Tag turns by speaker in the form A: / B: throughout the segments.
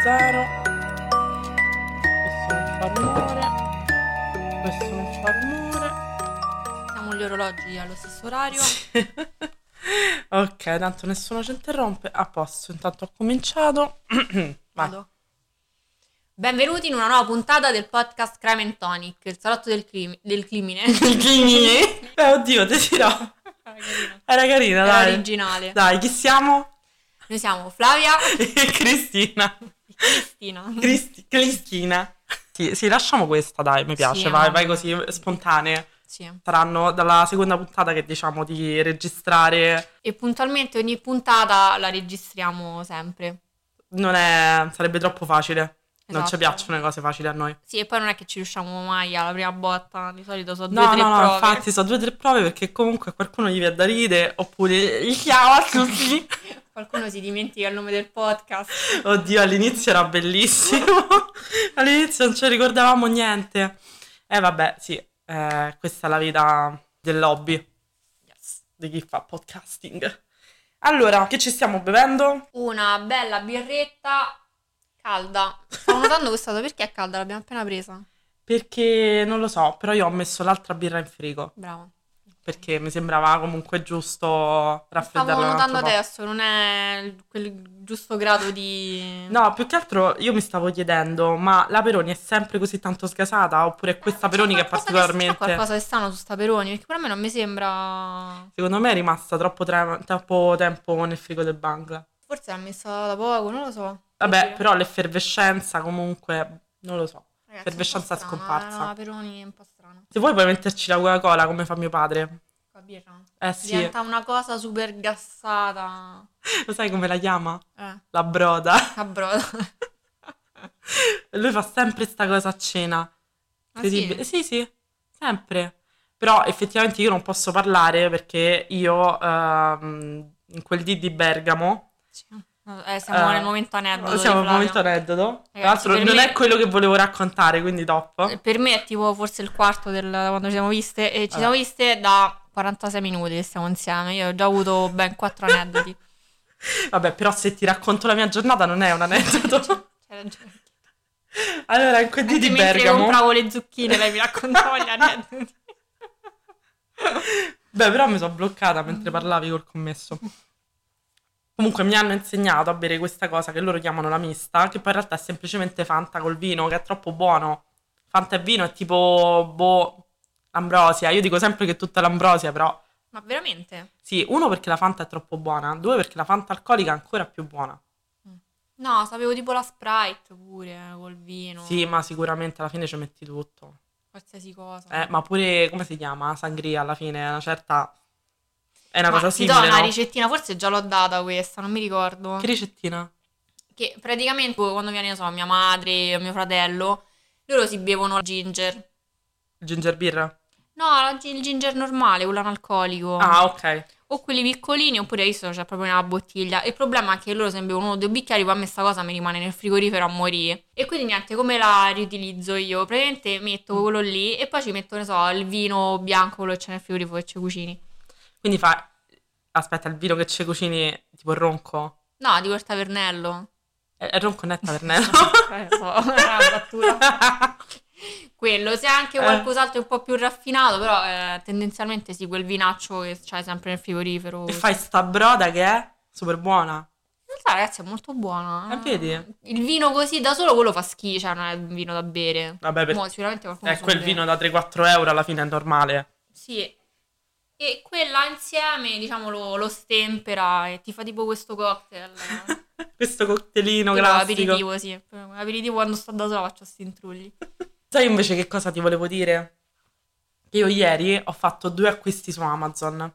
A: 0. Questo non fa rumore. Questo non fa rumore.
B: Siamo gli orologi allo stesso orario.
A: Sì. Ok, tanto nessuno ci interrompe. A posto, intanto ho cominciato. Vai.
B: Vado. Benvenuti in una nuova puntata del podcast Crime and Tonic, il salotto del crimine.
A: Il crimine? Oddio, ti dirò. Era carina,
B: Era
A: dai.
B: originale.
A: Dai, chi siamo?
B: Noi siamo Flavia
A: E Cristina.
B: e Cristina.
A: Cristina. Sì, lasciamo questa, dai, mi piace.
B: Sì,
A: vai,
B: no,
A: vai
B: no.
A: così, spontanee.
B: Sì.
A: Saranno dalla seconda puntata che diciamo di registrare.
B: E puntualmente ogni puntata la registriamo sempre.
A: Sarebbe troppo facile. Non ci
B: Esatto.
A: piacciono le cose facili a noi.
B: Sì, e poi non è che ci riusciamo mai alla prima botta, di solito sono
A: No,
B: 2-3 prove.
A: infatti sono 2 o 3 prove perché comunque a qualcuno gli viene da ridere oppure gli chiama tutti.
B: Qualcuno si dimentica il nome del podcast.
A: Oddio, all'inizio era bellissimo. All'inizio non ci ricordavamo niente. Vabbè, sì, questa è la vita dell'hobby
B: Yes.
A: di chi fa podcasting. Allora, che ci stiamo bevendo?
B: Una bella birretta calda. Stavo notando questa cosa, perché è calda? L'abbiamo appena presa.
A: Perché non lo so, però io ho messo l'altra birra in frigo.
B: Bravo.
A: Perché mi sembrava comunque giusto raffreddarla
B: Stavo
A: un altro
B: notando
A: po'.
B: adesso, non è quel giusto grado di...
A: No, più che altro io mi stavo chiedendo, ma la Peroni è sempre così tanto sgasata? Oppure è questa Peroni che è
B: C'è
A: particolarmente...
B: qualcosa di strano su sta Peroni, perché per me non mi sembra...
A: Secondo me è rimasta troppo tempo nel frigo del Bangla.
B: Forse l'ha messa da poco, non lo so.
A: Vabbè, però l'effervescenza comunque, non lo so.
B: Ragazzi,
A: L'effervescenza è
B: un po'
A: scomparsa.
B: strana, la Peroni è un po' strana.
A: Se vuoi puoi metterci la Coca-Cola come fa mio padre.
B: La birra.
A: Sì,
B: Diventa una cosa super gassata.
A: lo sai come la chiama?
B: Eh,
A: La broda.
B: a brodo.
A: E lui fa sempre sta cosa a cena.
B: Ah,
A: Incredibile.
B: sì?
A: Sì, sempre. Però effettivamente io non posso parlare perché io in quel dì di Bergamo
B: Sì. Siamo nel momento aneddoto.
A: siamo
B: di
A: al momento
B: Flavia.
A: aneddoto. Tra
B: Ragazzi,
A: l'altro
B: per
A: non
B: me-
A: è quello che volevo raccontare, quindi top.
B: Per me è tipo forse il quarto quando ci siamo viste. E ci
A: Vabbè.
B: siamo viste da 46 minuti che stiamo insieme. Io ho già avuto ben 4 aneddoti.
A: Vabbè, però se ti racconto la mia giornata non è un aneddoto.
B: C'hai ragione.
A: Allora, in quel dì
B: Anche
A: di
B: mentre
A: Bergamo...
B: compravo le zucchine, lei mi raccontava gli aneddoti.
A: Beh, però mi sono bloccata mentre parlavi col commesso. Comunque mi hanno insegnato a bere questa cosa che loro chiamano la mista, che poi in realtà è semplicemente Fanta col vino, che è troppo buono. Fanta e vino è tipo, l'ambrosia. Io dico sempre che è tutta l'ambrosia, però...
B: Ma veramente?
A: Sì, uno perché la Fanta è troppo buona, due perché la Fanta alcolica è ancora più buona.
B: No, sapevo tipo la Sprite pure, col vino.
A: Sì, ma sicuramente alla fine ci metti tutto.
B: Qualsiasi cosa.
A: Ma pure, come si chiama? Sangria alla fine, è una certa... È una
B: Ma
A: cosa
B: ti do
A: simile,
B: una
A: no?
B: ricettina, forse già l'ho data questa, non mi ricordo.
A: Che ricettina?
B: Che praticamente quando viene, non so, mia madre o mio fratello, loro si bevono il ginger.
A: Ginger beer?
B: No, il ginger normale, quello analcolico.
A: Ah, ok.
B: O quelli piccolini, oppure hai visto c'è proprio nella bottiglia. Il problema è che loro se ne bevono uno o due bicchieri, poi a me sta cosa mi rimane nel frigorifero a morire. E quindi niente, come la riutilizzo io? Praticamente metto quello lì e poi ci metto, ne so, il vino bianco, quello che c'è nel frigorifero che ci cucini.
A: Quindi aspetta, il vino che ci cucini tipo il ronco?
B: No, di quel tavernello.
A: È il ronco netta tavernello?
B: So, è una battuta. Quello, se è anche qualcos'altro un po' più raffinato, però tendenzialmente sì, quel vinaccio che c'hai sempre nel frigorifero.
A: E fai sta broda che è super buona.
B: In realtà, ragazzi, è molto buona.
A: Vedi?
B: Il vino così da solo, quello fa schifo, cioè non è un vino da bere.
A: Vabbè,
B: Mo, sicuramente qualcuno
A: è
B: sa
A: quel
B: bere.
A: vino da 3-4 euro alla fine è normale.
B: Sì. E quella insieme, diciamo, lo stempera e ti fa tipo questo cocktail.
A: Questo cocktailino
B: Tipo
A: classico.
B: aperitivo, sì. Aperitivo quando sto da sola faccio sti intrulli.
A: Sai invece che cosa ti volevo dire? Che io ieri ho fatto 2 acquisti su Amazon.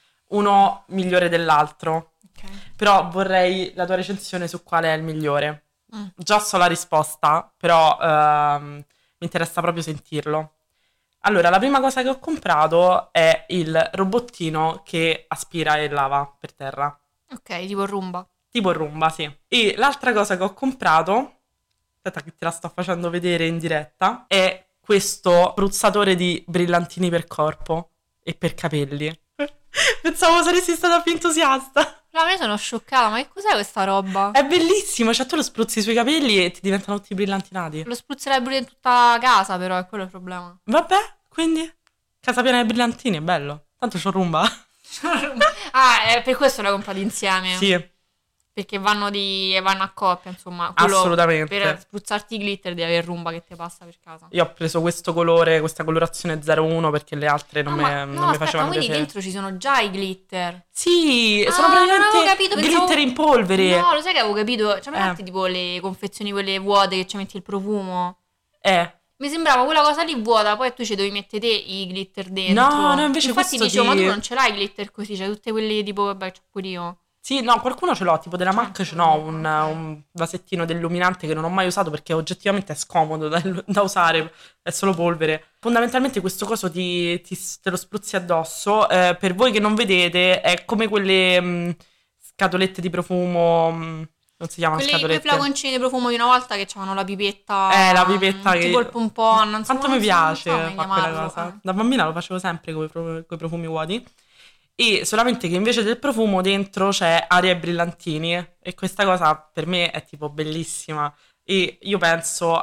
A: Uno migliore dell'altro.
B: Ok.
A: Però vorrei la tua recensione su qual è il migliore.
B: Mm.
A: Già so la risposta, però mi interessa proprio sentirlo. Allora, la prima cosa che ho comprato è il robottino che aspira e lava per terra.
B: Ok, tipo Roomba.
A: Tipo Roomba, sì. E l'altra cosa che ho comprato, aspetta che te la sto facendo vedere in diretta, è questo spruzzatore di brillantini per corpo e per capelli. Pensavo saresti stata più entusiasta.
B: No, io sono scioccata, ma che cos'è questa roba?
A: È bellissimo, cioè tu lo spruzzi sui capelli e ti diventano tutti brillantinati.
B: Lo spruzzerei pure in tutta casa, però è quello il problema.
A: Vabbè, quindi casa piena di brillantini, è bello. Tanto c'ho rumba.
B: Per questo l'hai comprato insieme.
A: Sì,
B: Perché vanno a coppia, insomma.
A: assolutamente.
B: Per spruzzarti i glitter devi avere Rumba che ti passa per casa.
A: Io ho preso questo colore, questa colorazione 01 perché le altre non mi
B: aspetta,
A: facevano
B: quindi
A: piacere.
B: dentro ci sono già i glitter.
A: Sì, sono
B: non avevo
A: praticamente
B: capito,
A: glitter
B: pensavo-
A: in polvere.
B: No, lo sai che avevo capito? Cioè, metti tipo le confezioni quelle vuote che ci metti il profumo. Mi sembrava quella cosa lì vuota, poi tu ci devi mettere te i glitter dentro.
A: No, invece
B: infatti
A: questo
B: dicevo, ma
A: ti-
B: tu non ce l'hai i glitter così, c'hai tutte quelle tipo, vabbè, c'ho pure io.
A: Sì, no, qualcuno ce l'ho, tipo della MAC ce l'ho un vasettino dell'illuminante che non ho mai usato perché oggettivamente è scomodo da usare, è solo polvere. Fondamentalmente questo coso te lo spruzzi addosso, per voi che non vedete è come quelle scatolette di profumo, non si chiamano
B: Quei
A: scatolette.
B: flaconcini di profumo di una volta che avevano la pipetta.
A: La pipetta che...
B: Tipo il pompon. Non so
A: Quanto mi piace
B: come
A: fare quella
B: chiamarlo,
A: cosa. Da bambina lo facevo sempre con i profumi vuoti. E solamente che invece del profumo dentro c'è aria e brillantini. E questa cosa per me è tipo bellissima. E io penso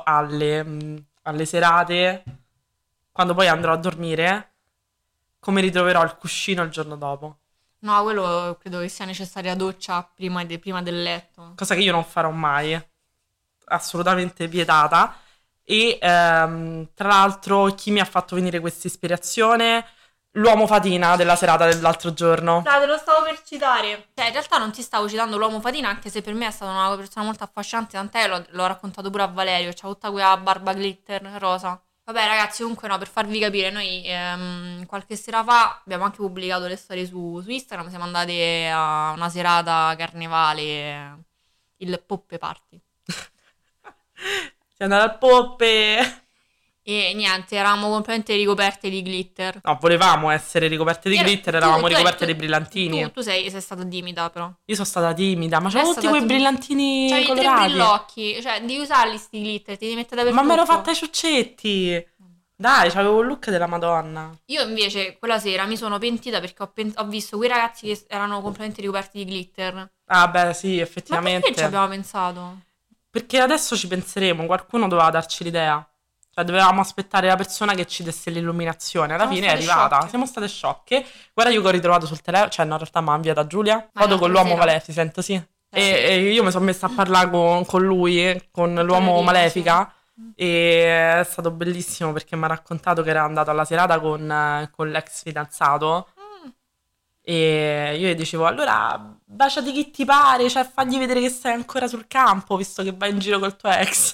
A: alle serate, quando poi andrò a dormire, come ritroverò il cuscino il giorno dopo.
B: No, quello credo che sia necessaria doccia prima del letto.
A: Cosa che io non farò mai. Assolutamente vietata. E tra l'altro chi mi ha fatto venire questa ispirazione? L'uomo fatina della serata dell'altro giorno.
B: Te lo stavo per citare. Cioè, in realtà non ti stavo citando l'uomo fatina, anche se per me è stata una persona molto affascinante, tant'è l'ho raccontato pure a Valerio, c'ha tutta quella barba glitter rosa. Vabbè ragazzi, comunque no, per farvi capire, noi qualche sera fa abbiamo anche pubblicato le storie su Instagram, siamo andate a una serata carnevale, il Poppe Party.
A: Sei andata al Poppe.
B: E niente, eravamo completamente ricoperte di glitter.
A: No, volevamo essere ricoperte di glitter, eravamo ricoperte di brillantini.
B: Tu sei stata timida però.
A: Io sono stata timida, ma
B: È
A: c'avevo tutti
B: stata
A: quei
B: timida.
A: brillantini
B: C'hai i 3
A: colorati.
B: brillocchi, cioè devi usarli sti glitter, ti devi mettere dappertutto.
A: Ma me l'ho fatta ai ciuccetti. Dai, c'avevo il look della Madonna.
B: Io invece quella sera mi sono pentita perché ho visto quei ragazzi che erano completamente ricoperti di glitter.
A: Ah, beh, sì,
B: Ma
A: effettivamente.
B: perché ci abbiamo pensato?
A: Perché adesso ci penseremo, qualcuno doveva darci l'idea. Cioè, dovevamo aspettare la persona che ci desse l'illuminazione. Alla
B: Siamo
A: fine è
B: state
A: arrivata.
B: sciocche.
A: Siamo state sciocche. Guarda, io che ho ritrovato sul telefono. Cioè, no, in realtà mi ha inviata Giulia.
B: Ma
A: Foto con
B: l'altra
A: l'uomo
B: sera?
A: Maleficent, sì. E io mi sono messa a parlare con lui, con l'uomo
B: Carina,
A: Malefica.
B: sì.
A: E è stato bellissimo perché mi ha raccontato che era andato alla serata con l'ex fidanzato. E io gli dicevo, allora baciati chi ti pare, cioè fagli vedere che sei ancora sul campo, visto che vai in giro col tuo ex.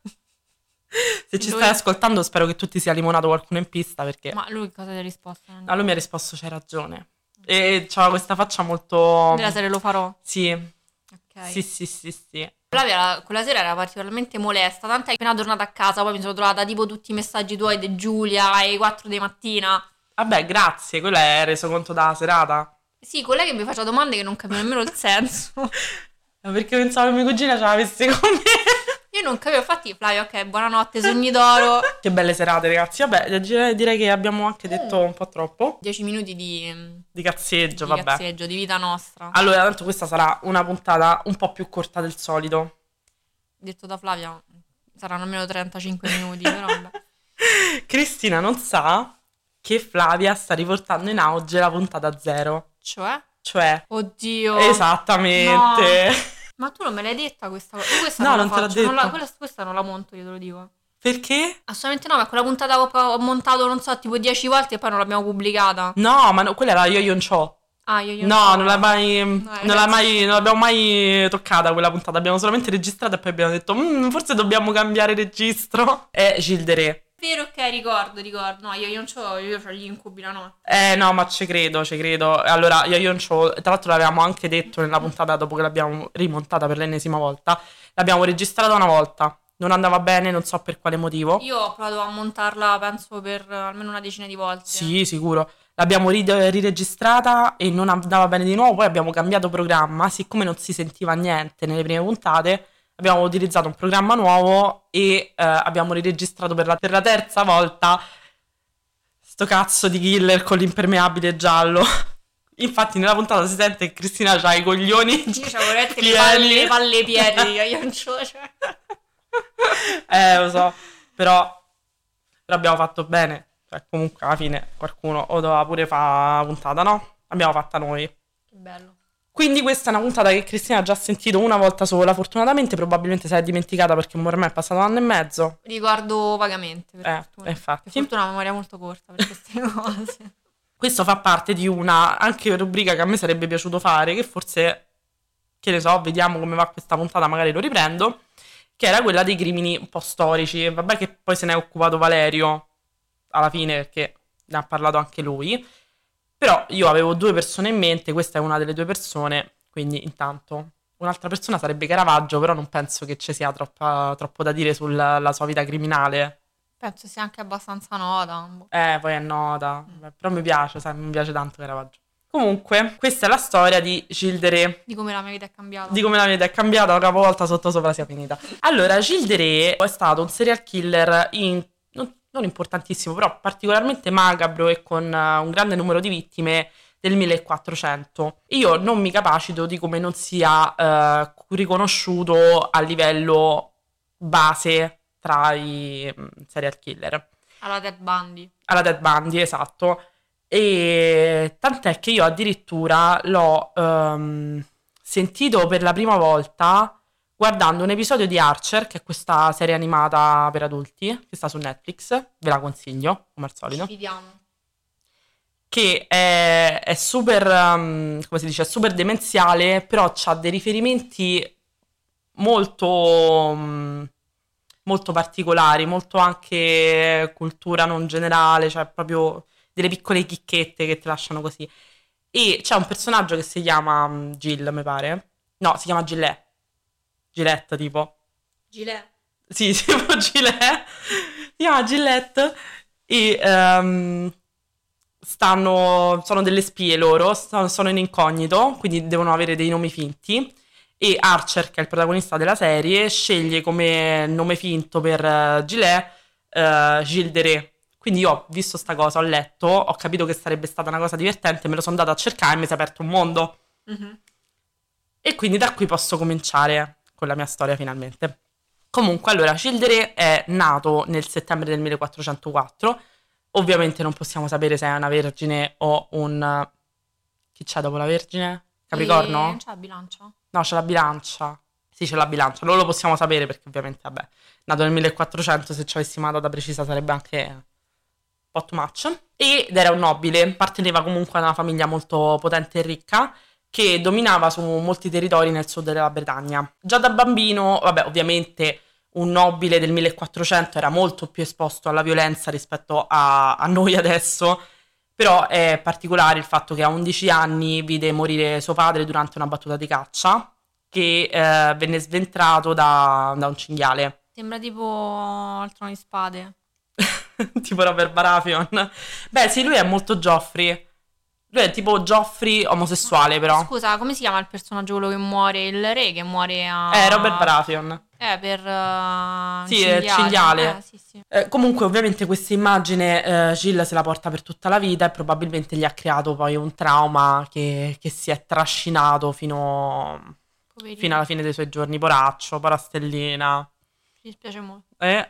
A: Se ci
B: Lui-
A: stai ascoltando, spero che tu ti sia limonato qualcuno in pista perché...
B: Ma lui cosa ti ha risposto?
A: No, lui mi ha risposto, c'hai ragione. E c'aveva questa faccia molto...
B: Della serie lo farò.
A: Sì,
B: Ok.
A: sì.
B: Flavia quella sera era particolarmente molesta, tant'è che appena tornata a casa poi mi sono trovata tipo tutti i messaggi tuoi di Giulia alle 4 di mattina.
A: Vabbè, grazie, quello è reso conto dalla serata.
B: Sì, con lei che mi faceva domande che non capivo nemmeno il senso.
A: Perché pensavo che mia cugina ce l'avesse con me.
B: Io non capivo, infatti Flavia, ok, buonanotte, sogni d'oro.
A: Che belle serate, ragazzi. Vabbè, direi che abbiamo anche detto un po' troppo
B: 10 minuti di
A: di cazzeggio, vabbè.
B: cazzeggio, di vita nostra.
A: Allora, tanto questa sarà una puntata un po' più corta del solito.
B: Detto da Flavia, saranno almeno 35 minuti, però vabbè.
A: Cristina non sa che Flavia sta riportando in auge la puntata 0. Cioè,
B: Oddio.
A: esattamente.
B: Ma tu non me l'hai detta questa cosa? Questa
A: No,
B: non la
A: non te l'ho
B: faccio, non la-
A: detto.
B: questa non la monto, io te lo dico.
A: Perché?
B: Assolutamente no, ma quella puntata che ho montato, non so, tipo 10 volte e poi non l'abbiamo pubblicata.
A: No, ma quella era Yo-Yo Cho.
B: Ah, io
A: No,
B: so.
A: non l'hai mai,
B: No,
A: non l'abbiamo mai toccata quella puntata. Abbiamo solamente registrato e poi abbiamo detto, forse dobbiamo cambiare registro. È Gilles de Ré.
B: Vero, ok, ricordo. No, io non c'ho, io ho gli incubi la notte.
A: No, ma ci credo. Allora, Yo-Yo Cho, tra l'altro l'avevamo anche detto nella puntata dopo che l'abbiamo rimontata per l'ennesima volta. L'abbiamo registrata una volta. Non andava bene, non so per quale motivo.
B: Io ho provato a montarla, penso, per almeno una decina di volte.
A: Sì, sicuro. L'abbiamo riregistrata e non andava bene di nuovo. Poi abbiamo cambiato programma. Siccome non si sentiva niente nelle prime puntate, abbiamo utilizzato un programma nuovo e abbiamo riregistrato per la terza volta sto cazzo di killer con l'impermeabile giallo. Infatti nella puntata si sente che Cristina c'ha i coglioni
B: Io c'avevo veramente
A: pieni.
B: le palle piedi, io non c'ho, cioè.
A: Lo so, però abbiamo fatto bene. Cioè, comunque alla fine qualcuno o doveva pure fare puntata, no? L'abbiamo fatta noi.
B: Che bello.
A: Quindi questa è una puntata che Cristina ha già sentito una volta sola, fortunatamente, probabilmente se l'è dimenticata perché ormai è passato un anno e mezzo.
B: Ricordo vagamente, per fortuna.
A: Infatti.
B: Per fortuna ho una memoria molto corta per queste cose.
A: Questo fa parte di una anche rubrica che a me sarebbe piaciuto fare, che forse, che ne so, vediamo come va questa puntata, magari lo riprendo, che era quella dei crimini un po' storici. Vabbè che poi se ne è occupato Valerio, alla fine, perché ne ha parlato anche lui. Però io avevo 2 persone in mente, questa è una delle 2 persone, quindi intanto un'altra persona sarebbe Caravaggio, però non penso che ci sia troppo da dire sulla sua vita criminale.
B: Penso sia anche abbastanza nota.
A: Poi è nota, però mi piace, sai, mi piace tanto Caravaggio. Comunque, questa è la storia di Gilles de Rais.
B: Di come la mia vita è cambiata.
A: Di come la vita è cambiata, una capovolta sotto sopra sia finita. Allora, Gilles de Rais è stato un serial killer non importantissimo, però particolarmente macabro e con un grande numero di vittime del 1400. Io non mi capacito di come non sia riconosciuto a livello base tra i serial killer.
B: Alla Ted Bundy.
A: Alla Ted Bundy, esatto. E tant'è che io addirittura l'ho sentito per la prima volta guardando un episodio di Archer, che è questa serie animata per adulti, che sta su Netflix, ve la consiglio, come al solito.
B: Ci fidiamo.
A: Che è super, come si dice, super demenziale, però ha dei riferimenti molto, molto particolari, molto anche cultura non generale, cioè proprio delle piccole chicchette che ti lasciano così. E c'è un personaggio che si chiama Jill, mi pare. No, si chiama Gillette. Gillette, tipo.
B: Gillette.
A: Sì, tipo Gillette. Si chiama Gillette. E sono delle spie loro, sono in incognito, quindi devono avere dei nomi finti. E Archer, che è il protagonista della serie, sceglie come nome finto per Gillette Gilles de Rais. Quindi io ho visto sta cosa, ho letto, ho capito che sarebbe stata una cosa divertente, me lo sono andata a cercare e mi si è aperto un mondo.
B: Mm-hmm.
A: E quindi da qui posso cominciare con la mia storia finalmente. Comunque, allora, Gilles de Rais è nato nel settembre del 1404. Ovviamente non possiamo sapere se è una vergine o un... Chi c'è dopo la vergine? Capricorno?
B: Non c'è la bilancia?
A: No, c'è la bilancia. Sì, c'è la bilancia. Non lo possiamo sapere perché ovviamente, vabbè, nato nel 1400, se ci avessimo una data precisa sarebbe anche un po' too much. Ed era un nobile, apparteneva comunque a una famiglia molto potente e ricca, che dominava su molti territori nel sud della Bretagna. Già da bambino, vabbè, ovviamente un nobile del 1400 era molto più esposto alla violenza rispetto a noi adesso, però è particolare il fatto che a 11 anni vide morire suo padre durante una battuta di caccia, che venne sventrato da un cinghiale.
B: Sembra tipo il Trono di Spade.
A: Tipo Robert Baratheon. Beh, sì, lui è molto Joffrey. Lui è tipo Joffrey omosessuale, però.
B: Scusa, come si chiama il personaggio quello che muore? Il re che muore a...
A: Robert Baratheon.
B: Per
A: Sì, è cinghiale.
B: Sì.
A: Comunque, ovviamente, questa immagine Gilles se la porta per tutta la vita e probabilmente gli ha creato poi un trauma che si è trascinato fino alla fine dei suoi giorni. Poraccio, parastellina.
B: Mi dispiace molto.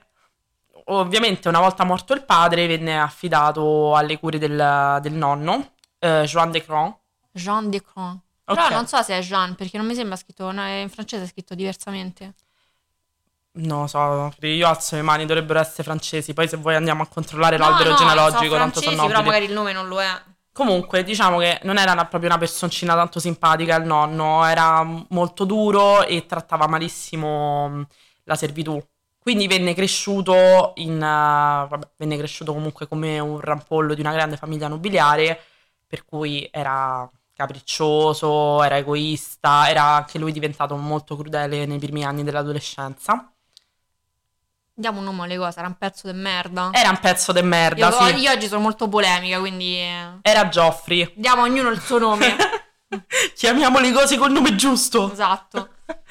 A: Ovviamente, una volta morto il padre, venne affidato alle cure del nonno, Jean de Cron.
B: Jean de Cron.
A: Okay.
B: Però non so se è Jean, perché non mi sembra scritto, no, in francese è scritto diversamente.
A: Non lo so, io alzo le mani, dovrebbero essere francesi. Poi se vuoi andiamo a controllare l'albero genealogico, tanto sono nobili.
B: Però magari il nome non lo è.
A: Comunque, diciamo che non era proprio una personcina tanto simpatica il nonno, era molto duro e trattava malissimo la servitù. Quindi venne cresciuto venne cresciuto comunque come un rampollo di una grande famiglia nobiliare, per cui era capriccioso, era egoista, era anche lui diventato molto crudele nei primi anni dell'adolescenza.
B: Diamo un nome alle cose, era un pezzo di merda.
A: Era un pezzo di merda, sì.
B: Io oggi sono molto polemica, quindi...
A: Era Joffrey.
B: Diamo ognuno il suo nome.
A: Chiamiamo le cose col nome giusto.
B: Esatto.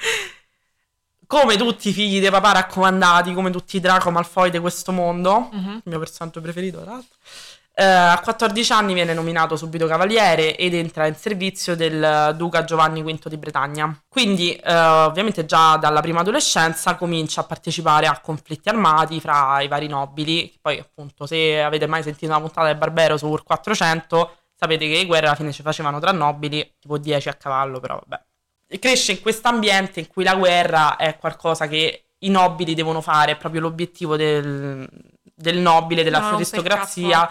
A: Come tutti i figli dei papà raccomandati, come tutti i Draco Malfoy di questo mondo,
B: Mm-hmm.
A: il mio personaggio preferito, tra l'altro. A 14 anni viene nominato subito cavaliere ed entra in servizio del duca Giovanni V di Bretagna. Quindi ovviamente già dalla prima adolescenza comincia a partecipare a conflitti armati fra i vari nobili. Poi appunto, se avete mai sentito una puntata del Barbero su Ur 400, sapete che le guerre alla fine si facevano tra nobili, tipo 10 a cavallo, però vabbè. E cresce in questo ambiente in cui la guerra è qualcosa che i nobili devono fare, è proprio l'obiettivo del nobile, dell'aristocrazia.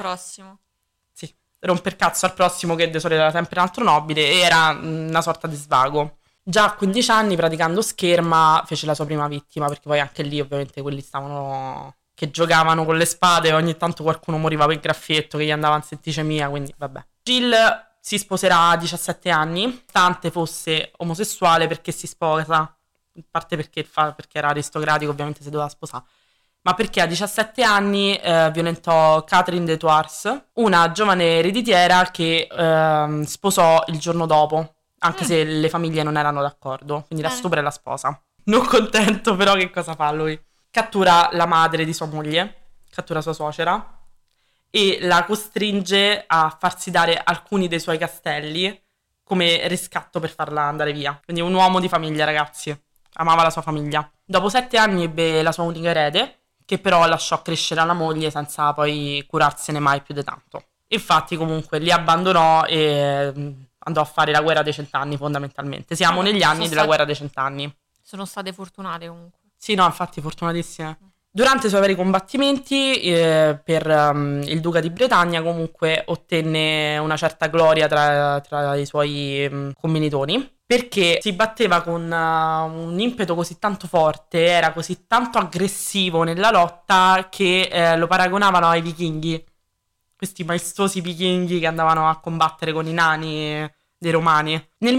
A: Sì, romper cazzo al prossimo che desolerà sempre un altro nobile, e era una sorta di svago. Già a 15 anni, praticando scherma, fece la sua prima vittima, perché poi anche lì ovviamente quelli stavano che giocavano con le spade e ogni tanto qualcuno moriva per graffietto che gli andava in setticemia, quindi vabbè. Jill si sposerà a 17 anni, nonostante fosse omosessuale, perché si sposa, in parte perché era aristocratico, ovviamente si doveva sposare, ma perché a 17 anni violentò Catherine de Thouars, una giovane ereditiera che sposò il giorno dopo, anche se le famiglie non erano d'accordo, quindi la stupra e la sposa. Non contento però, che cosa fa lui? Cattura la madre di sua moglie, cattura sua suocera e la costringe a farsi dare alcuni dei suoi castelli come riscatto per farla andare via. Quindi un uomo di famiglia, ragazzi. Amava la sua famiglia. Dopo 7 anni ebbe la sua unica erede, che però lasciò crescere la moglie senza poi curarsene mai più di tanto. Infatti comunque li abbandonò e andò a fare la guerra dei 100 anni, fondamentalmente. Siamo negli anni della guerra dei 100 anni.
B: Sono state fortunate comunque.
A: Sì, no, infatti fortunatissime. Durante i suoi vari combattimenti per il duca di Bretagna comunque ottenne una certa gloria tra i suoi commilitoni, perché si batteva con un impeto così tanto forte, era così tanto aggressivo nella lotta che lo paragonavano ai vichinghi, questi maestosi vichinghi che andavano a combattere con i nani dei romani. Nel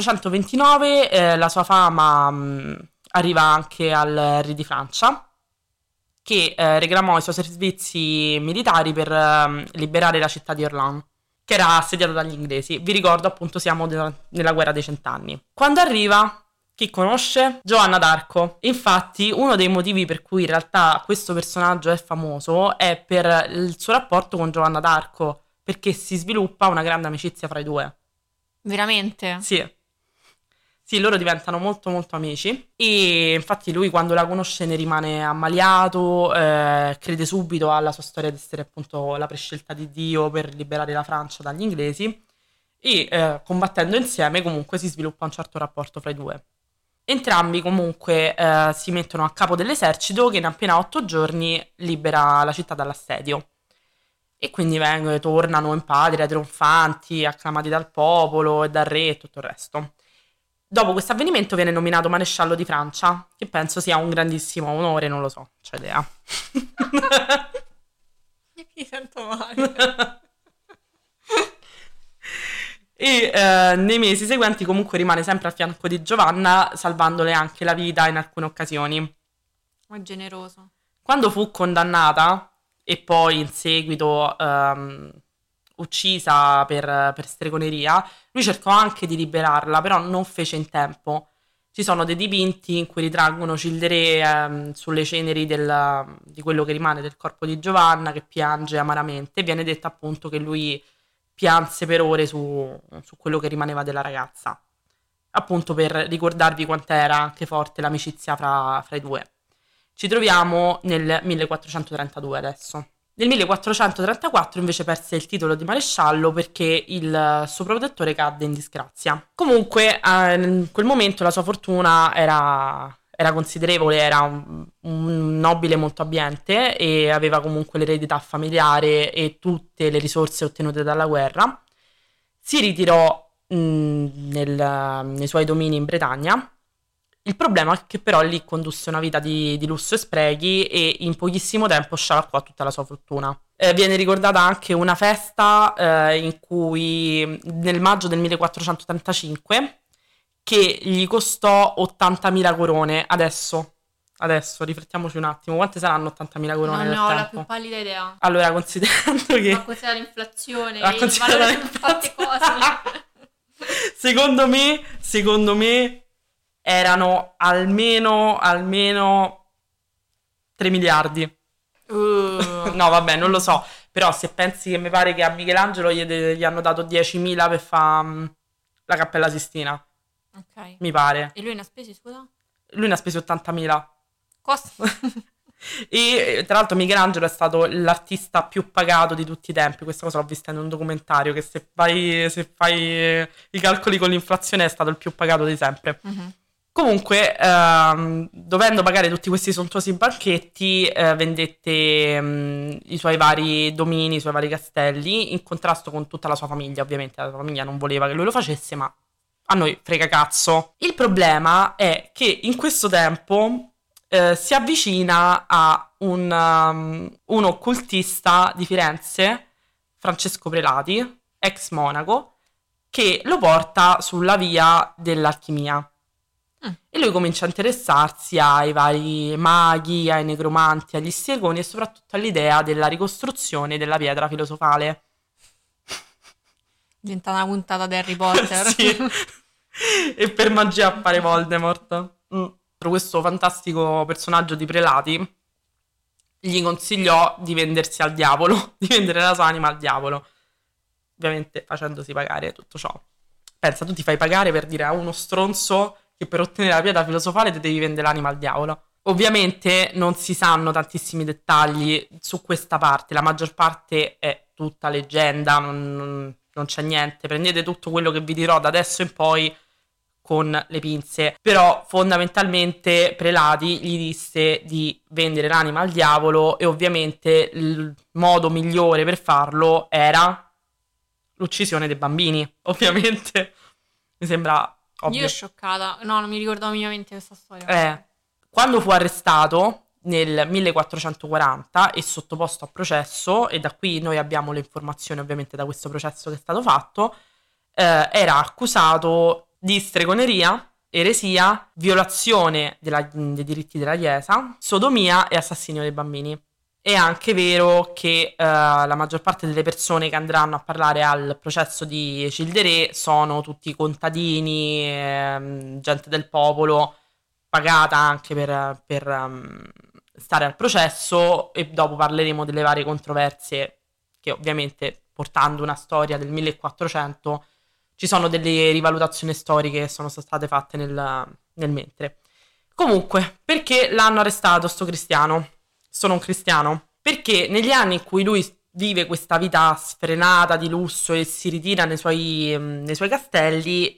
A: 1429 la sua fama arriva anche al re di Francia, che reclamò i suoi servizi militari per liberare la città di Orléans, che era assediata dagli inglesi. Vi ricordo, appunto, siamo nella guerra dei 100 anni. Quando arriva, chi conosce? Giovanna d'Arco. Infatti, uno dei motivi per cui in realtà questo personaggio è famoso è per il suo rapporto con Giovanna d'Arco, perché si sviluppa una grande amicizia fra i due.
B: Veramente?
A: Sì. Sì, loro diventano molto molto amici e infatti lui quando la conosce ne rimane ammaliato, crede subito alla sua storia di essere appunto la prescelta di Dio per liberare la Francia dagli inglesi e combattendo insieme comunque si sviluppa un certo rapporto fra i due. Entrambi comunque si mettono a capo dell'esercito che in appena 8 giorni libera la città dall'assedio. E quindi tornano in patria trionfanti, acclamati dal popolo e dal re e tutto il resto. Dopo questo avvenimento viene nominato maresciallo di Francia, che penso sia un grandissimo onore, non lo so, c'ho idea.
B: Mi sento male.
A: E nei mesi seguenti comunque rimane sempre a fianco di Giovanna, salvandole anche la vita in alcune occasioni.
B: Ma è generoso.
A: Quando fu condannata e poi in seguito uccisa per stregoneria, lui cercò anche di liberarla, però non fece in tempo. Ci sono dei dipinti in cui ritraggono Cildere sulle ceneri di quello che rimane del corpo di Giovanna, che piange amaramente. Viene detto appunto che lui pianse per ore su quello che rimaneva della ragazza, appunto per ricordarvi quanto era anche forte l'amicizia fra i due. Ci troviamo nel 1432 adesso. Nel 1434 invece perse il titolo di maresciallo perché il suo protettore cadde in disgrazia. Comunque in quel momento la sua fortuna era considerevole, era un nobile molto abbiente e aveva comunque l'eredità familiare e tutte le risorse ottenute dalla guerra. Si ritirò nei suoi domini in Bretagna. Il problema è che però lì condusse una vita di lusso e sprechi e in pochissimo tempo scialacquò tutta la sua fortuna. Viene ricordata anche una festa in cui nel maggio del 1435 che gli costò 80.000 corone. Adesso riflettiamoci un attimo, quante saranno 80.000 corone nel tempo?
B: Non ho la più pallida idea.
A: Allora, considerando che...
B: Ma considera l'inflazione, il valore di tante cose.
A: Secondo me erano almeno 3 miliardi. No, vabbè, non lo so. Però se pensi che mi pare che a Michelangelo gli hanno dato 10.000 per fare la Cappella Sistina,
B: Ok.
A: mi pare.
B: E lui ne ha spesi, scusa?
A: Lui ne ha spesi 80.000.
B: Costa.
A: E tra l'altro Michelangelo è stato l'artista più pagato di tutti i tempi. Questa cosa l'ho vista in un documentario, che se fai i calcoli con l'inflazione è stato il più pagato di sempre.
B: Mhm.
A: Comunque, dovendo pagare tutti questi sontuosi banchetti, vendette i suoi vari domini, i suoi vari castelli, in contrasto con tutta la sua famiglia. Ovviamente la sua famiglia non voleva che lui lo facesse, ma a noi frega cazzo. Il problema è che in questo tempo si avvicina a un occultista di Firenze, Francesco Prelati, ex monaco, che lo porta sulla via dell'alchimia. E lui comincia a interessarsi ai vari maghi, ai negromanti, agli stregoni e soprattutto all'idea della ricostruzione della pietra filosofale.
B: Diventa una puntata di Harry Potter.
A: Sì. E per magia appare Voldemort. Questo fantastico personaggio di Prelati gli consigliò di vendersi al diavolo, di vendere la sua anima al diavolo, ovviamente facendosi pagare tutto ciò. Pensa, tu ti fai pagare per dire a uno stronzo che per ottenere la pietra filosofale ti devi vendere l'anima al diavolo. Ovviamente non si sanno tantissimi dettagli su questa parte, la maggior parte è tutta leggenda, non c'è niente, prendete tutto quello che vi dirò da adesso in poi con le pinze, però fondamentalmente Prelati gli disse di vendere l'anima al diavolo e ovviamente il modo migliore per farlo era l'uccisione dei bambini, ovviamente. Mi sembra ovvio.
B: Io scioccata. No, non mi ricordavo minimamente questa storia.
A: Quando fu arrestato nel 1440 e sottoposto a processo, e da qui noi abbiamo le informazioni ovviamente da questo processo che è stato fatto, era accusato di stregoneria, eresia, violazione dei diritti della Chiesa, sodomia e assassinio dei bambini. È anche vero che la maggior parte delle persone che andranno a parlare al processo di Childeré sono tutti contadini, gente del popolo, pagata anche per stare al processo, e dopo parleremo delle varie controversie che ovviamente, portando una storia del 1400, ci sono delle rivalutazioni storiche che sono state fatte nel mentre. Comunque, perché l'hanno arrestato sto cristiano? Sono un cristiano? Perché negli anni in cui lui vive questa vita sfrenata di lusso e si ritira nei suoi castelli,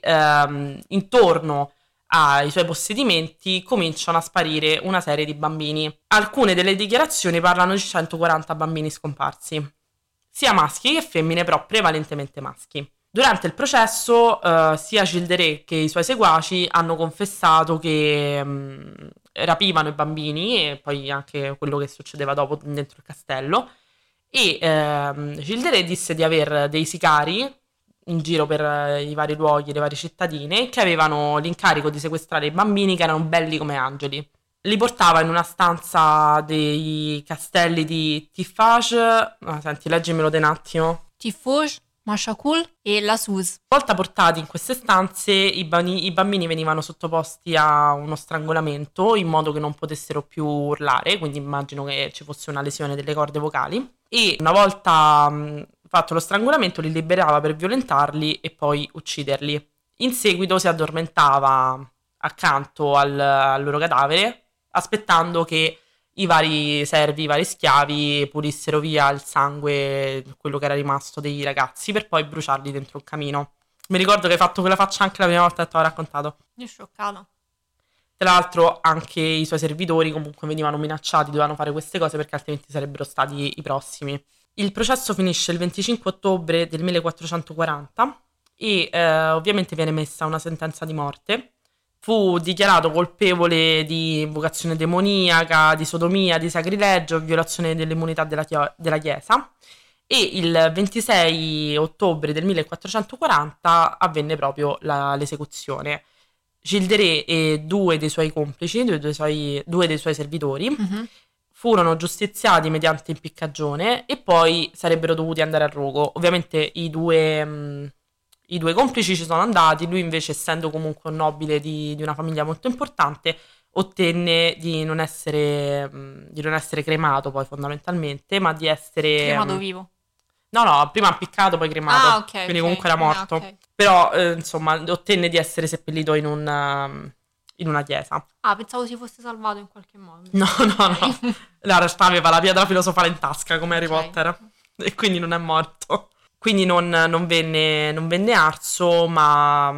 A: intorno ai suoi possedimenti cominciano a sparire una serie di bambini. Alcune delle dichiarazioni parlano di 140 bambini scomparsi, sia maschi che femmine, però prevalentemente maschi. Durante il processo sia Childeré che i suoi seguaci hanno confessato che rapivano i bambini, e poi anche quello che succedeva dopo dentro il castello, e Childeré disse di aver dei sicari in giro per i vari luoghi, le varie cittadine, che avevano l'incarico di sequestrare i bambini che erano belli come angeli. Li portava in una stanza dei castelli di Tiffage. Senti, leggimelo un attimo.
B: Tiffauges, Machacul e la Suze.
A: Una volta portati in queste stanze, i bambini venivano sottoposti a uno strangolamento in modo che non potessero più urlare, quindi immagino che ci fosse una lesione delle corde vocali, e una volta fatto lo strangolamento li liberava per violentarli e poi ucciderli. In seguito si addormentava accanto al loro cadavere, aspettando che i vari servi, i vari schiavi pulissero via il sangue, quello che era rimasto dei ragazzi, per poi bruciarli dentro un camino. Mi ricordo che hai fatto quella faccia anche la prima volta che ti ho raccontato.
B: Io scioccata.
A: Tra l'altro anche i suoi servitori comunque venivano minacciati, dovevano fare queste cose perché altrimenti sarebbero stati i prossimi. Il processo finisce il 25 ottobre del 1440 e ovviamente viene messa una sentenza di morte. Fu dichiarato colpevole di invocazione demoniaca, di sodomia, di sacrilegio, violazione dell'immunità della Chiesa, e il 26 ottobre del 1440 avvenne proprio l'esecuzione. Childeré e due dei suoi complici, due dei suoi servitori, furono giustiziati mediante impiccagione e poi sarebbero dovuti andare al rogo. Ovviamente i due complici ci sono andati, lui invece, essendo comunque un nobile di una famiglia molto importante, ottenne di non essere cremato poi fondamentalmente, ma di essere...
B: Cremato vivo.
A: No, prima impiccato, poi cremato,
B: Ah, ok,
A: quindi
B: ok.
A: comunque era morto.
B: Ok.
A: Però, insomma, ottenne di essere seppellito in una chiesa.
B: Ah, pensavo si fosse salvato in qualche modo.
A: No.
B: Ok.
A: In realtà aveva la pietra filosofale in tasca, come Harry
B: Ok.
A: Potter, e quindi non è morto. Quindi non venne arso, ma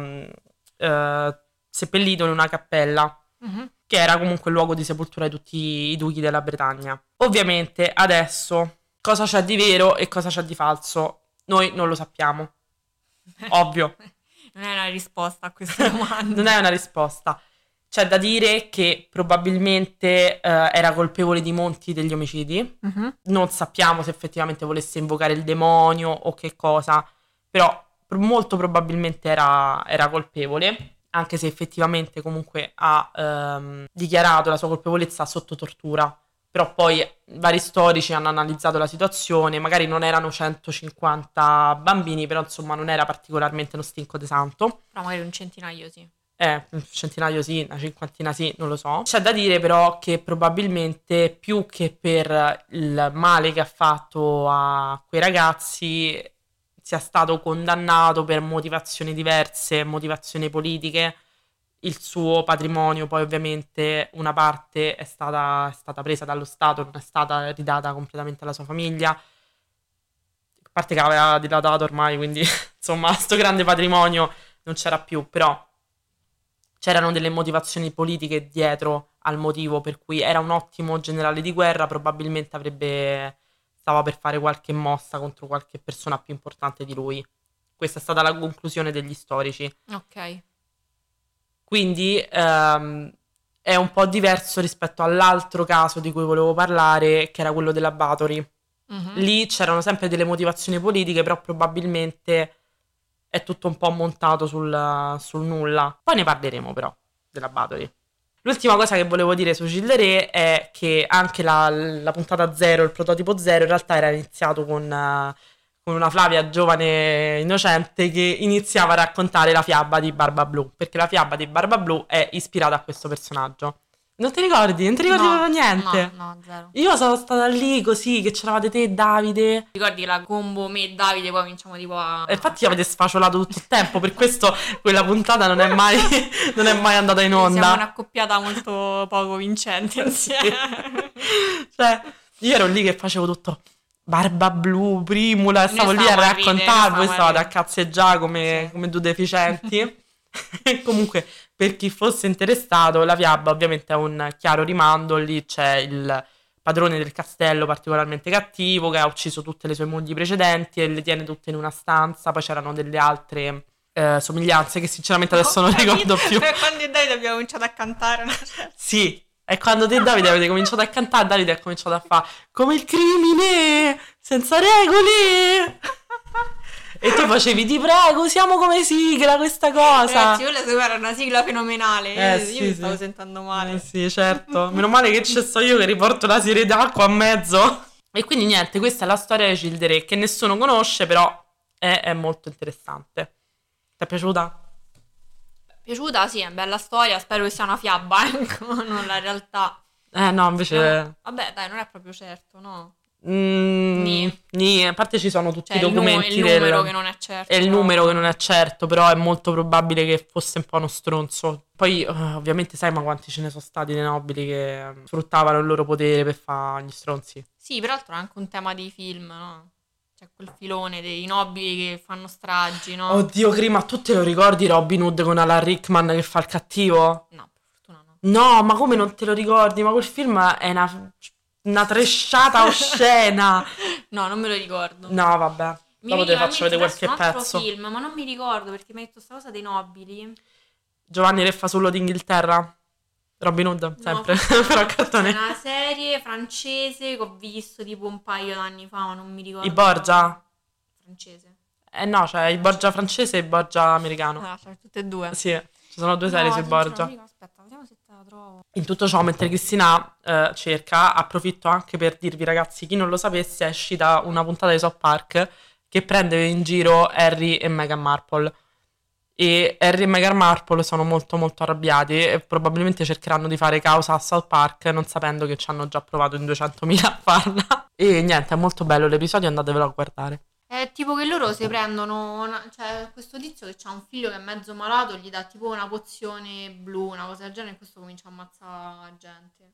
A: seppellito in una cappella,
B: Mhm.
A: che era comunque il luogo di sepoltura di tutti i duchi della Bretagna. Ovviamente adesso cosa c'è di vero e cosa c'è di falso noi non lo sappiamo. Ovvio,
B: Non è una risposta a questa domanda.
A: non è una risposta. C'è da dire che probabilmente era colpevole di molti degli omicidi.
B: Mhm.
A: Non sappiamo se effettivamente volesse invocare il demonio o che cosa, però molto probabilmente era colpevole, anche se effettivamente comunque ha dichiarato la sua colpevolezza sotto tortura. Però poi vari storici hanno analizzato la situazione, magari non erano 150 bambini, però insomma non era particolarmente uno stinco di santo.
B: Però magari un centinaio sì.
A: Un centinaio sì, una cinquantina sì, non lo so. C'è da dire però che probabilmente più che per il male che ha fatto a quei ragazzi sia stato condannato per motivazioni diverse, motivazioni politiche. Il suo patrimonio poi ovviamente una parte è stata presa dallo Stato, non è stata ridata completamente alla sua famiglia. A parte che aveva dilatato ormai, quindi insomma sto grande patrimonio non c'era più, però c'erano delle motivazioni politiche dietro al motivo per cui era un ottimo generale di guerra, probabilmente stava per fare qualche mossa contro qualche persona più importante di lui. Questa è stata la conclusione degli storici.
B: Ok.
A: Quindi è un po' diverso rispetto all'altro caso di cui volevo parlare, che era quello della Bathory.
B: Mhm.
A: Lì c'erano sempre delle motivazioni politiche, però probabilmente è tutto un po' montato sul nulla. Poi ne parleremo però della Bathory. L'ultima cosa che volevo dire su Gilles è che anche la puntata 0, il prototipo 0, in realtà era iniziato con una Flavia giovane innocente che iniziava a raccontare la fiaba di Barba Blu, perché la fiaba di Barba Blu è ispirata a questo personaggio. Non ti ricordi? Non ti ricordi
B: No,
A: proprio niente?
B: No, zero.
A: Io sono stata lì così, che c'eravate te e Davide.
B: Ricordi la combo me e Davide, poi cominciamo tipo a...
A: E infatti avete sfacciolato tutto il tempo, per questo quella puntata non è mai, non è mai andata in onda.
B: Siamo un'accoppiata molto poco vincente insieme.
A: Cioè, io ero lì che facevo tutto Barba Blu, Primula, e
B: Noi
A: stavo lì a
B: stavamo a ridere,
A: raccontare, voi
B: stavamo a
A: stavate a
B: ridere.
A: cazzeggiare come,
B: Sì.
A: come due deficienti. E comunque, per chi fosse interessato, la fiaba ovviamente è un chiaro rimando, lì c'è il padrone del castello particolarmente cattivo che ha ucciso tutte le sue mogli precedenti e le tiene tutte in una stanza, poi c'erano delle altre somiglianze che sinceramente adesso non ricordo più.
B: Per quando io e Davide abbiamo cominciato a cantare una certa...
A: Sì, è quando te e Davide avete cominciato a cantare, Davide ha cominciato a fare come il crimine, senza regole. E tu facevi, ti prego, usiamo come sigla questa cosa.
B: Ragazzi, quella secondo me era una sigla fenomenale. Io
A: Sì,
B: mi
A: sì.
B: stavo sentendo male.
A: Sì, certo. Meno male che ci sto io che riporto la serie d'acqua a mezzo. E quindi niente, questa è la storia di Gilles che nessuno conosce, però è molto interessante. Ti è piaciuta?
B: Piaciuta? Sì, è bella storia. Spero che sia una fiaba, ecco, non la realtà.
A: No, invece...
B: Vabbè, dai, non è proprio certo, no?
A: A parte ci sono tutti
B: Cioè,
A: i documenti
B: il numero che non è certo.
A: è il
B: però-
A: numero che non è certo, però è molto probabile che fosse un po' uno stronzo. Poi, ovviamente, sai, ma quanti ce ne sono stati dei nobili che sfruttavano il loro potere per fare gli stronzi.
B: Sì, peraltro è anche un tema dei film, no? C'è quel filone dei nobili che fanno stragi, no?
A: Oddio, Crima, tu te lo ricordi Robin Hood con Alan Rickman che fa il cattivo?
B: No, per fortuna no.
A: No, ma come non te lo ricordi? Ma quel film è una tresciata oscena.
B: No, non me lo ricordo.
A: No, vabbè.
B: Mi
A: Dopo te
B: veniva in
A: faccio
B: mente
A: vedere
B: adesso
A: qualche
B: un altro
A: pezzo.
B: film, ma non mi ricordo perché mi hai detto sta cosa dei nobili.
A: Giovanni Re Fasullo d'Inghilterra. Robin Hood,
B: No,
A: sempre.
B: forse
A: Però
B: no.
A: cartone.
B: È una serie francese che ho visto tipo un paio d'anni fa, ma non mi ricordo.
A: I Borgia?
B: Francese.
A: No, c'è il Borgia francese e il Borgia americano.
B: Ah, cioè tutte e due.
A: Sì, ci sono due serie
B: No,
A: sui
B: sincero,
A: Borgia.
B: non mi ricordo. Aspetta, vediamo se te la trovo.
A: In tutto ciò, mentre Cristina cerca, approfitto anche per dirvi, ragazzi, chi non lo sapesse, è uscita una puntata di South Park che prende in giro Harry e Meghan Markle. e Harry e Meghan Markle sono molto molto arrabbiati e probabilmente cercheranno di fare causa a South Park, non sapendo che ci hanno già provato in 200.000 a farla. E niente, è molto bello l'episodio, andatevelo a guardare.
B: È tipo che loro si prendono, cioè questo tizio che ha un figlio che è mezzo malato, gli dà tipo una pozione blu, una cosa del genere, e questo comincia a ammazzare la gente.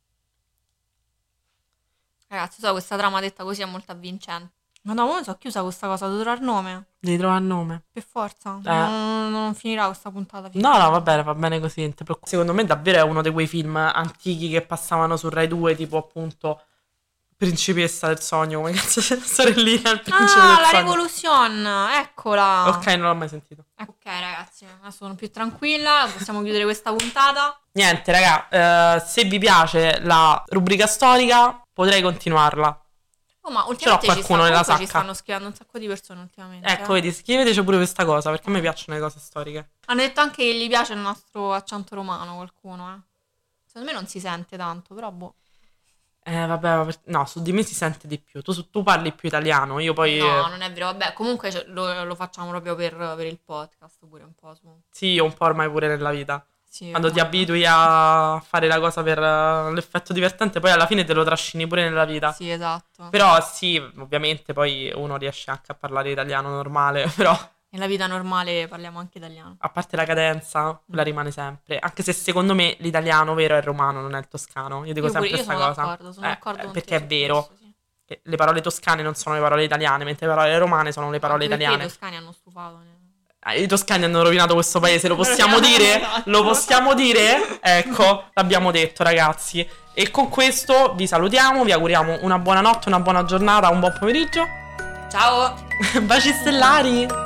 B: Ragazzi, so, questa trama detta così è molto avvincente. Ma no, ora sono chiusa questa cosa, devo trovare il nome.
A: Devi trovare il nome.
B: Per forza. Non finirà questa puntata.
A: No, va bene così, non ti preoccupare. Secondo me davvero è uno di quei film antichi che passavano su Rai 2, tipo appunto Principessa del Sogno, come cazzo c'è la sorellina il Principe del
B: la
A: Sogno.
B: Revolution, eccola.
A: Ok, non l'ho mai sentito.
B: Ok ragazzi, adesso sono più tranquilla, possiamo chiudere questa puntata.
A: Niente raga, se vi piace la rubrica storica potrei continuarla.
B: Oh, ma ultimamente
A: qualcuno nella sacca.
B: ci stanno scrivendo un sacco di persone ultimamente.
A: Ecco, vedi, scriveteci pure questa cosa, perché a me piacciono le cose storiche.
B: Hanno detto anche che gli piace il nostro accento romano, qualcuno, Secondo me non si sente tanto, però boh.
A: Vabbè, no, su di me si sente di più. Tu parli più italiano, io poi...
B: No, non è vero, vabbè, comunque lo facciamo proprio per il podcast, pure un po' su...
A: Sì, io un po' ormai pure nella vita.
B: Sì,
A: Quando ti abitui a fare la cosa per l'effetto divertente, poi alla fine te lo trascini pure nella vita.
B: Sì, esatto.
A: Però sì, ovviamente poi uno riesce anche a parlare italiano normale, però...
B: Nella vita normale parliamo anche italiano.
A: A parte la cadenza, quella rimane sempre. Anche se secondo me l'italiano vero è il romano, non è il toscano. Io dico sempre questa cosa.
B: Sono d'accordo con
A: perché
B: te
A: è vero.
B: questo, sì.
A: Che le parole toscane non sono le parole italiane, mentre le parole romane sono le parole
B: Anche perché
A: italiane.
B: i toscani hanno stufato.
A: I toscani hanno rovinato questo paese, lo possiamo dire?
B: Esatto.
A: Lo possiamo dire? Ecco, l'abbiamo detto ragazzi. E con questo vi salutiamo, vi auguriamo una buona notte, una buona giornata, un buon pomeriggio.
B: Ciao!
A: Baci stellari!